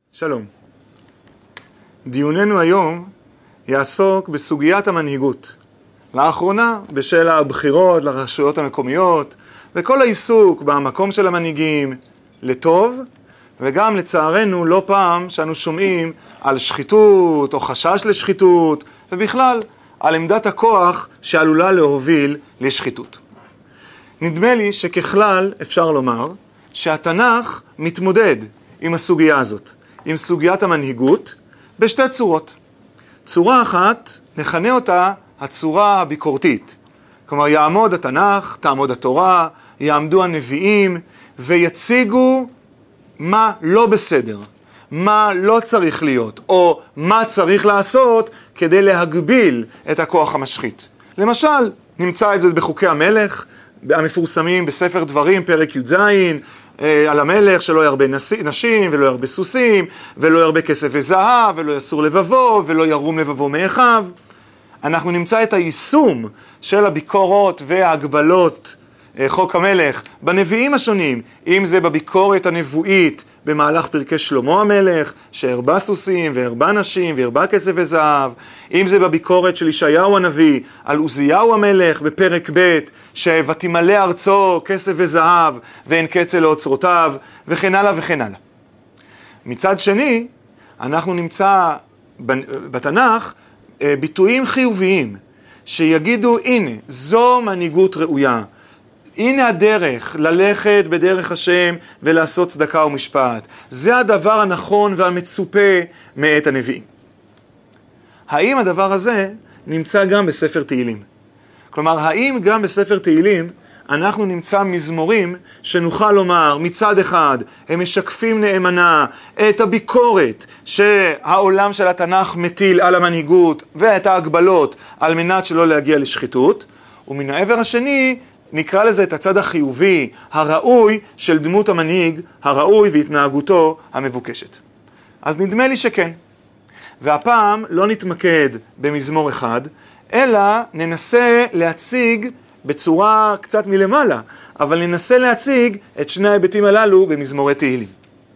שלום. דיוננו היום יעסוק בסוגיית המנהיגות. לאחרונה, בשל הבחירות לרשויות המקומיות, וכל העיסוק במקום של המנהיגים לטוב, וגם לצערנו לא פעם שאנו שומעים על שחיתות או חשש לשחיתות, ובכלל על עמדת הכוח שעלולה להוביל לשחיתות. נדמה לי שככלל אפשר לומר שהתנ"ך מתמודד עם הסוגיה הזאת, עם סוגיית המנהיגות, בשתי צורות. צורה אחת, נכנה אותה הצורה הביקורתית. כלומר, יעמוד התנ"ך, תעמוד התורה, יעמדו הנביאים, ויציגו מה לא בסדר, מה לא צריך להיות, או מה צריך לעשות כדי להגביל את הכוח המשחית. למשל, נמצא את זה בחוקי המלך, המפורסמים בספר דברים, פרק י"ז, על המלך שלא ירבה נשים ולא ירבה סוסים ולא ירבה כסף וזהב ולא יסור לבבו ולא ירום לבבו מאחיו. אנחנו נמצא את היישום של הביקורות וההגבלות חוק המלך בנביאים השונים, אם זה בביקורת הנבואית במהלך פרקי שלמה המלך, שהרבה סוסים והרבה נשים והרבה כסף וזהב, אם זה בביקורת של ישעיהו הנביא על עוזיהו המלך בפרק ב' ותמלא ארצו כסף וזהב ואין קצה לאוצרותיו, וכן הלאה וכן הלאה. מצד שני, אנחנו נמצא בתנ"ך ביטויים חיוביים שיגידו, הנה, זו מנהיגות ראויה. הנה הדרך ללכת בדרך השם ולעשות צדקה ומשפט. זה הדבר הנכון והמצופה מאת הנביאים. האם הדבר הזה נמצא גם בספר תהילים? כלומר, האם גם בספר תהילים אנחנו נמצא מזמורים שנוכל לומר מצד אחד הם משקפים נאמנה את הביקורת שהעולם של התנ"ך מטיל על המנהיגות ואת ההגבלות על מנת שלא להגיע לשחיתות, ומן העבר השני נקרא לזה את הצד החיובי, הראוי של דמות המנהיג, הראוי והתנהגותו המבוקשת. אז נדמה לי שכן. והפעם לא נתמקד במזמור אחד, אלא ננסה להציג בצורה קצת מלמעלה, אבל ננסה להציג את שני ההיבטים הללו במזמורי תהילים.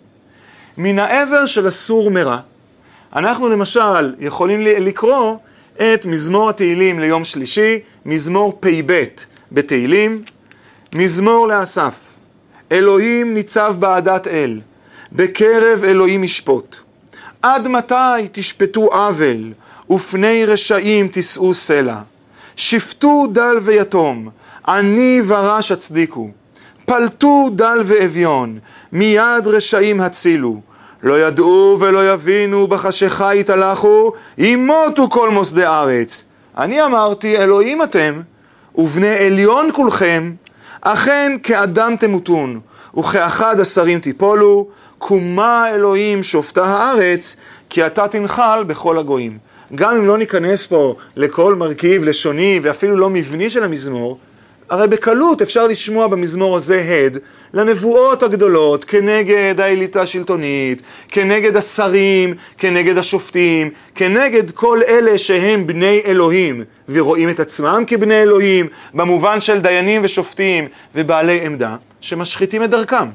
מן העבר של הסור מרע, אנחנו למשל יכולים לקרוא את מזמור התהילים ליום שלישי, מזמור פ"ב בתהילים, מזמור לאסף. אלוהים ניצב בעדת אל, בקרב אלוהים ישפוט. עד מתי תשפטו עוול, ופני רשעים תישאו סלע? שפטו דל ויתום, עני ורש הצדיקו. פלטו דל ואביון, מיד רשעים הצילו. לא ידעו ולא יבינו, בחשיכה יתהלכו, ימותו כל מוסדי ארץ. אני אמרתי, אלוהים אתם, ובני עליון כולכם, אכן כאדם תמותון, וכאחד השרים תיפולו, קומה אלוהים שופטה הארץ, כי אתה תנחל בכל הגויים. גם אם לא ניכנס פה לכל מרכיב לשוני ואפילו לא מבני של המזמור, הרי בקלות אפשר לשמוע במזמור הזה הד לנבואות הגדולות כנגד האליטה השלטונית, כנגד השרים, כנגד השופטים, כנגד כל אלה שהם בני אלוהים ורואים את עצמם כבני אלוהים, במובן של דיינים ושופטים ובעלי עמדה שמשחיתים את דרכם.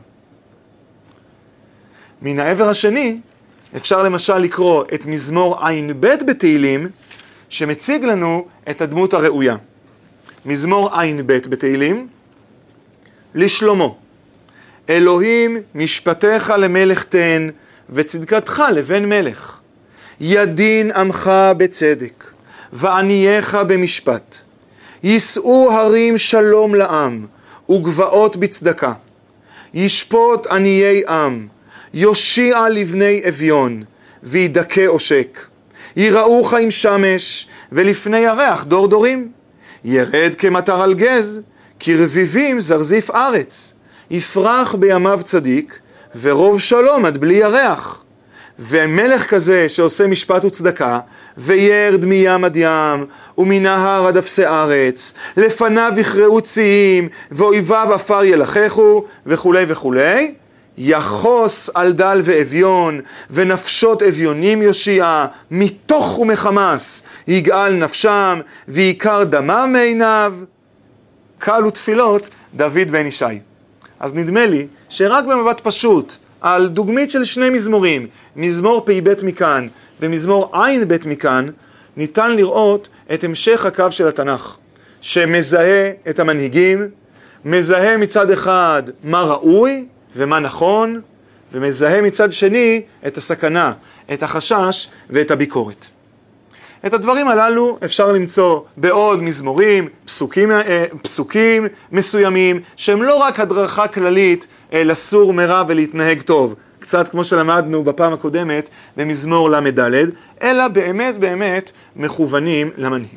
מן העבר השני, אפשר למשל לקרוא את מזמור ע"ב בתהילים, שמציג לנו את הדמות הראויה. מזמור ע"ב בתהילים, לשלמה. אלוהים משפטיך למלך תן, וצדקתך לבן מלך. ידין עמך בצדק, וענייך במשפט. יישאו הרים שלום לעם, וגבעות בצדקה. ישפוט עניי עם, יושיע לבני אביון, וידכא עושק. יראוך עם שמש, ולפני ירח דור דורים. ירד כמטר על גז, כי רביבים זרזיף ארץ. יפרח בימיו צדיק, ורוב שלום עד בלי ירח. ומלך כזה שעושה משפט וצדקה, וירד מים עד ים, ומנהר עד אפסי ארץ, לפניו יכרעו ציים, ואויביו עפר ילחכו, וכו' וכו'. יחוס על דל ואביון, ונפשות אביונים יושיע, מתוך ומחמס יגאל נפשם, ויקר דמם מעיניו. קהל ותפילות דוד בן ישי. אז נדמה לי שרק במבט פשוט על דוגמית של שני מזמורים, מזמור פ"ב מכאן ומזמור ע"ב מכאן, ניתן לראות את המשך הקו של התנ"ך, שמזהה את המנהיגים, מזהה מצד אחד מה ראוי ומה נכון, ומזהה מצד שני את הסכנה, את החשש ואת הביקורת. את הדברים הללו אפשר למצוא בעוד מזמורים, פסוקים מסוימים, שהם לא רק הדרכה כללית לסור מרע ולהתנהג טוב, קצת כמו שלמדנו בפעם הקודמת במזמור למד, אלא באמת באמת מכוונים למנהיג.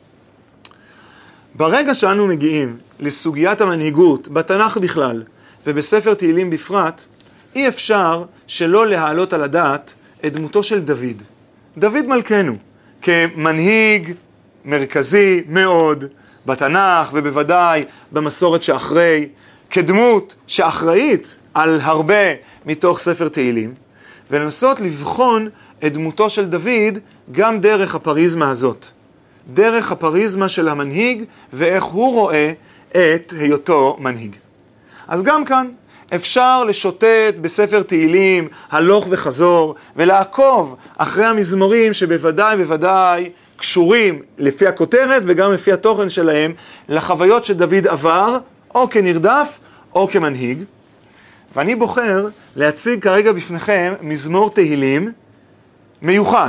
ברגע שאנו מגיעים לסוגיית המנהיגות בתנ"ך בכלל ובספר תהילים בפרט, אי אפשר שלא להעלות על הדעת את דמותו של דוד. דוד מלכנו, כמנהיג מרכזי מאוד בתנ"ך ובוודאי במסורת שאחרי, כדמות שאחראית על הרבה מתוך ספר תהילים, ולנסות לבחון את דמותו של דוד גם דרך הפריזמה הזאת, דרך הפריזמה של המנהיג ואיך הוא רואה את היותו מנהיג. אז גם כאן אפשר לשוטט בספר תהילים הלוך וחזור ולעקוב אחרי המזמורים שבוודאי קשורים לפי הכותרת וגם לפי התוכן שלהם לחוויות שדוד עבר או כנרדף או כמנהיג. ואני בוחר להציג כרגע בפניכם מזמור תהילים מיוחד,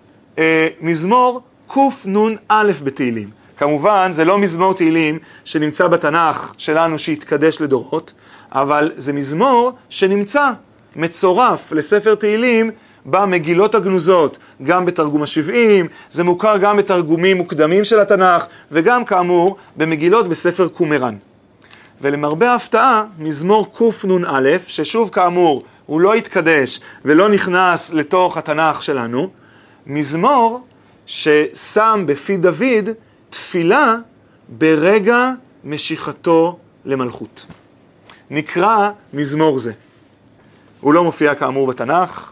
מזמור קנ"א בתהילים. כמובן זה לא מזמור תהילים שנמצא בתנ"ך שלנו שהתקדש לדורות, אבל זה מזמור שנמצא מצורף לספר תהילים במגילות הגנוזות, גם בתרגום ה-70, זה מוכר גם בתרגומים מוקדמים של התנ"ך, וגם כאמור במגילות בספר קומראן. ולמרבה ההפתעה, מזמור קנ"א, ששוב כאמור הוא לא התקדש ולא נכנס לתוך התנ"ך שלנו, מזמור ששם בפי דוד תפילה ברגע משיכתו למלכות. נקרא מזמור זה. הוא לא מופיע כאמור בתנ"ך.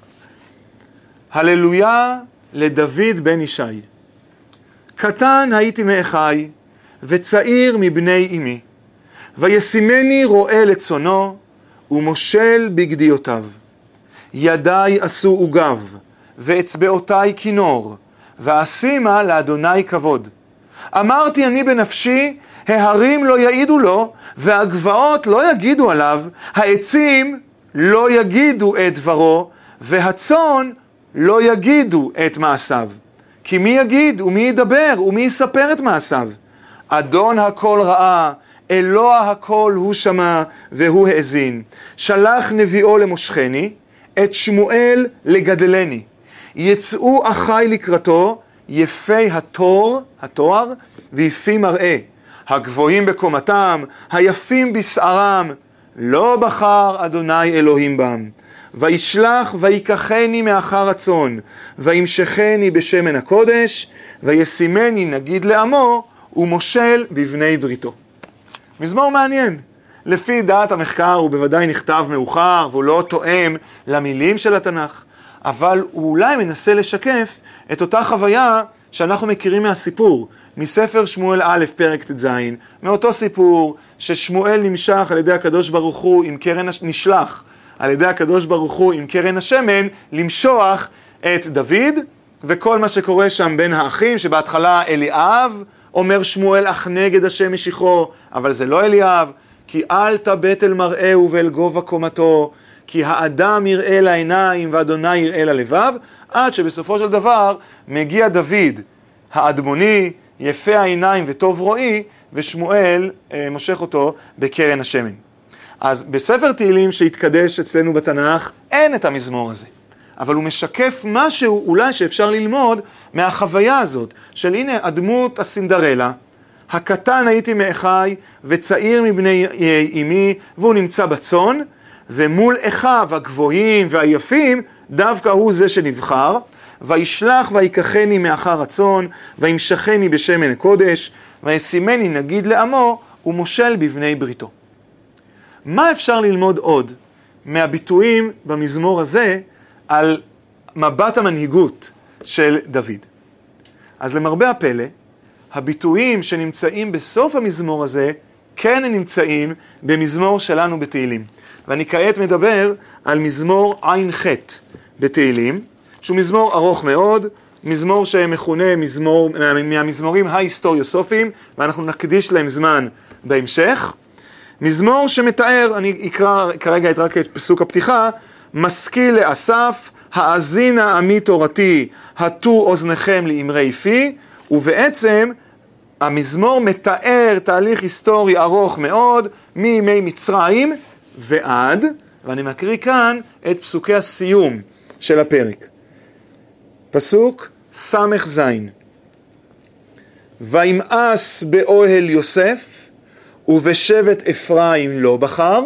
הללויה לדוד בן ישי. קטן הייתי מאחי וצעיר מבני אמי, וישימני רועה לצונו ומושל בגדיותיו. ידיי עשו עוגב ואצבעותיי כינור, ואשימה לאדוני כבוד. אמרתי אני בנפשי, ההרים לא יעידו לו, והגבעות לא יגידו עליו, העצים לא יגידו את דברו, והצאן לא יגידו את מעשיו. כי מי יגיד ומי ידבר ומי יספר את מעשיו? אדון הכל ראה, אלוה הכל הוא שמע והוא האזין. שלח נביאו למושכני, את שמואל לגדלני. יצאו אחי לקראתו, יפי התואר ויפי מראה. הגבוהים בקומתם, היפים בשערם, לא בחר אדוני אלוהים בם. וישלח ויקחני מאחר הצאן, וימשכני בשמן הקודש, וישימני נגיד לעמו, ומושל בבני בריתו. מזמור מעניין. לפי דעת המחקר הוא בוודאי נכתב מאוחר, והוא לא תואם למילים של התנ"ך, אבל הוא אולי מנסה לשקף את אותה חוויה שאנחנו מכירים מהסיפור, מספר שמואל א' פרק ט"ז, מאותו סיפור ששמואל נמשך על ידי הקדוש ברוך הוא עם קרן, נשלח על ידי הקדוש ברוך הוא עם קרן השמן למשוח את דוד, וכל מה שקורה שם בין האחים, שבהתחלה אליאב אומר שמואל אך נגד השם משיחו, אבל זה לא אליאב, כי אל תבט אל מראהו ואל גובה קומתו, כי האדם יראה לעיניים ואדוני יראה ללבב, עד שבסופו של דבר מגיע דוד האדמוני, יפה העיניים וטוב רואי, ושמואל מושך אותו בקרן השמן. אז בספר תהילים שהתקדש אצלנו בתנ"ך אין את המזמור הזה, אבל הוא משקף משהו אולי שאפשר ללמוד מהחוויה הזאת, של הנה הדמות הסינדרלה, הקטן הייתי מאחי וצעיר מבני אמי, והוא נמצא בצאן, ומול אחיו הגבוהים והיפים דווקא הוא זה שנבחר, וישלח ויקחני מאחר הצאן, וימשכני בשמן הקודש, וישימני נגיד לעמו, ומושל בבני בריתו. מה אפשר ללמוד עוד מהביטויים במזמור הזה על מבט המנהיגות של דוד? אז למרבה הפלא, הביטויים שנמצאים בסוף המזמור הזה כן נמצאים במזמור שלנו בתהילים. ואני כעת מדבר על מזמור ע"ח בתהילים, שהוא מזמור ארוך מאוד, מזמור שמכונה מהמזמורים ההיסטוריוסופיים, ואנחנו נקדיש להם זמן בהמשך. מזמור שמתאר, אני אקרא כרגע רק את פסוק הפתיחה, משכיל לאסף, האזינה עמי תורתי, הטו אוזניכם לאמרי פי, ובעצם המזמור מתאר תהליך היסטורי ארוך מאוד, מימי מצרים ועד, ואני מקריא כאן את פסוקי הסיום של הפרק. פסוק סמך זין. וימאס באוהל יוסף, ובשבט אפרים לא בחר,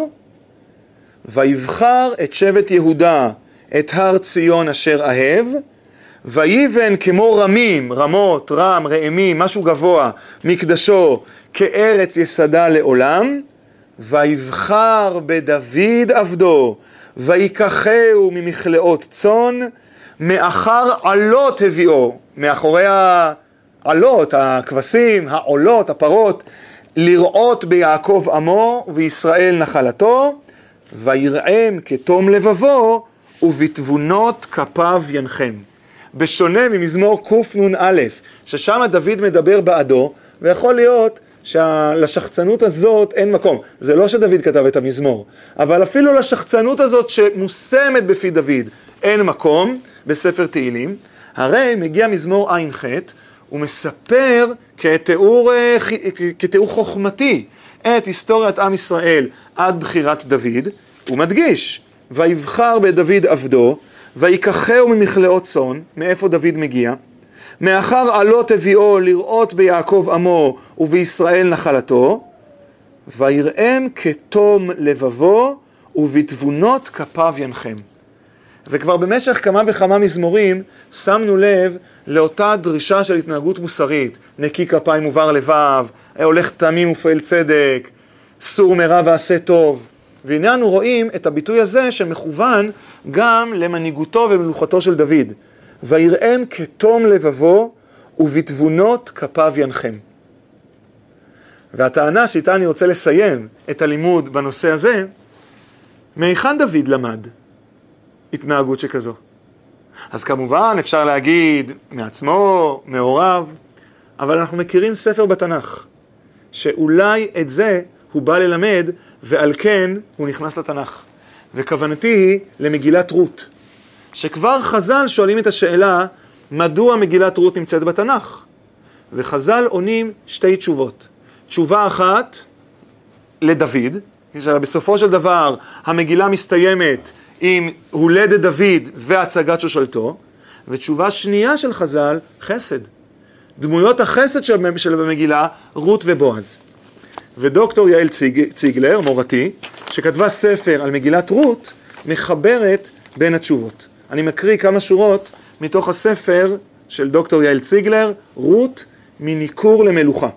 ויבחר את שבט יהודה, את הר ציון אשר אהב, ויבן כמו רמים, רמות, רם, רעמים, משהו גבוה, מקדשו, כארץ יסדה לעולם, ויבחר בדוד עבדו, ויקחהו ממכלאות צאן, מאחר עלות הביאו, מאחורי העלות, הכבשים, העולות, הפרות, לראות ביעקב עמו וישראל נחלתו, ויראם כתום לבבו, ובתבונות כפיו ינחם. בשונה ממזמור קנ"א, ששם דוד מדבר בעדו, ויכול להיות שלשחצנות הזאת אין מקום. זה לא שדוד כתב את המזמור, אבל אפילו לשחצנות הזאת שמוסמת בפי דוד אין מקום בספר תהילים. הרי מגיע מזמור ע"ח, הוא מספר כתיאור חוכמתי את היסטוריית עם ישראל עד בחירת דוד. הוא מדגיש, ויבחר בדוד עבדו, ויקחהו ממכלאות צאן. מאיפה דוד מגיע? מאחר עלות הביאו לראות ביעקב עמו ובישראל נחלתו, ויראם כתום לבבו ובתבונות כפיו ינחם. וכבר במשך כמה וכמה מזמורים שמנו לב לאותה דרישה של התנהגות מוסרית, נקי כפיים ובר לבב, הולך תמים ופעל צדק, סור מרע ועשה טוב. והנה אנו רואים את הביטוי הזה שמכוון גם למנהיגותו ומלוכתו של דוד. ויראם כתום לבבו ובתבונות כפיו ינחם. והטענה שאיתה אני רוצה לסיים את הלימוד בנושא הזה, מהיכן דוד למד התנהגות שכזו? אז כמובן אפשר להגיד מעצמו, מהוריו, אבל אנחנו מכירים ספר בתנ"ך, שאולי את זה הוא בא ללמד, ועל כן הוא נכנס לתנ"ך. וכוונתי היא למגילת רות, שכבר חז"ל שואלים את השאלה, מדוע מגילת רות נמצאת בתנ"ך? וחז"ל עונים שתי תשובות. תשובה אחת לדוד, בסופו של דבר המגילה מסתיימת עם הולדת דוד והצגת שושלתו, ותשובה שנייה של חז"ל, חסד. דמויות החסד של המגילה, רות ובועז. ודוקטור יעל ציגלר, מורתי, שכתבה ספר על מגילת רות, מחברת בין התשובות. אני מקריא כמה שורות מתוך הספר של דוקטור יעל ציגלר, רות מניקור למלוכה.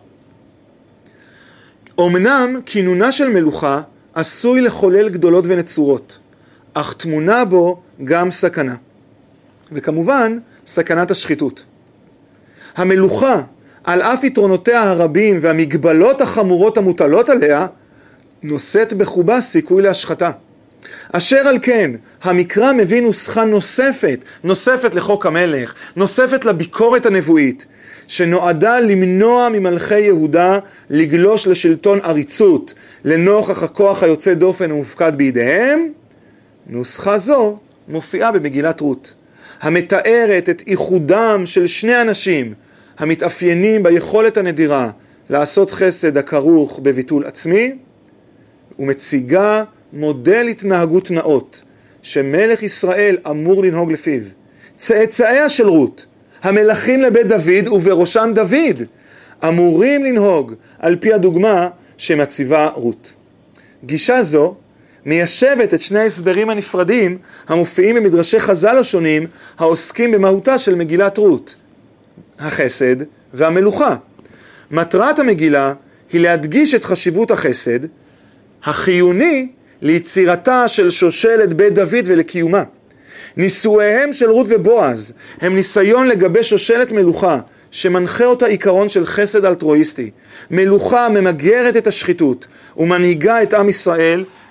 אמנם כינונה של מלוכה עשוי לחולל גדולות ונצורות, אך תמונה בו גם סכנה. וכמובן, סכנת השחיתות. המלוכה, על אף יתרונותיה הרבים והמגבלות החמורות המוטלות עליה, נושאת בחובה סיכוי להשחתה. אשר על כן, המקרא מביא נוסחה נוספת לחוק המלך, נוספת לביקורת הנבואית, שנועדה למנוע ממלכי יהודה לגלוש לשלטון עריצות, לנוכח הכוח היוצא דופן ומופקד בידיהם. נוסחה זו מופיעה במגילת רות, המתארת את איחודם של שני אנשים, המתאפיינים ביכולת הנדירה לעשות חסד הכרוך בביטול עצמי, ומציגה מודל התנהגות נאות שמלך ישראל אמור לנהוג לפיו. צאצאיה של רות, המלכים לבית דוד ובראשם דוד, אמורים לנהוג על פי הדוגמה שמציבה רות. גישה זו מיישבת את שני ההסברים הנפרדים המופיעים במדרשי חז"ל השונים העוסקים במהותה של מגילת רות, החסד והמלוכה. מטרת המגילה היא להדגיש את חשיבות החסד, החיוני ליצירתה של שושלת בית דוד ולקיומה. נישואיהם של רות ובועז הם ניסיון לגבי שושלת מלוכה שמנחה אותה עיקרון של חסד אלטרואיסטי. מלוכה ממגרת את השחיתות ומנהיגה את עם ישראל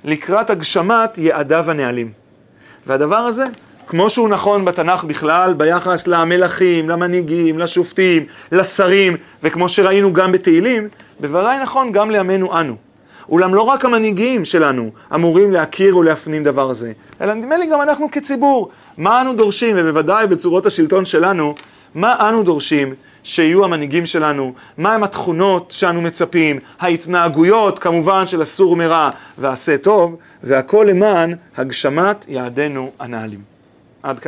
לקראת הגשמת יעדיו הנעלים. והדבר הזה, כמו שהוא נכון בתנ"ך בכלל, ביחס למלכים, למנהיגים, לשופטים, לשרים, וכמו שראינו גם בתהילים, בוודאי נכון גם לימינו אנו. אולם לא רק המנהיגים שלנו אמורים להכיר ולהפנים דבר הזה, אלא נדמה לי גם אנחנו כציבור. מה אנו דורשים, ובוודאי בצורות השלטון שלנו, מה אנו דורשים שיהיו המנהיגים שלנו, מהם התכונות שאנו מצפים, ההתנהגויות כמובן של אסור מרע ועשה טוב, והכל למען הגשמת יעדינו הנעלים. עד כאן.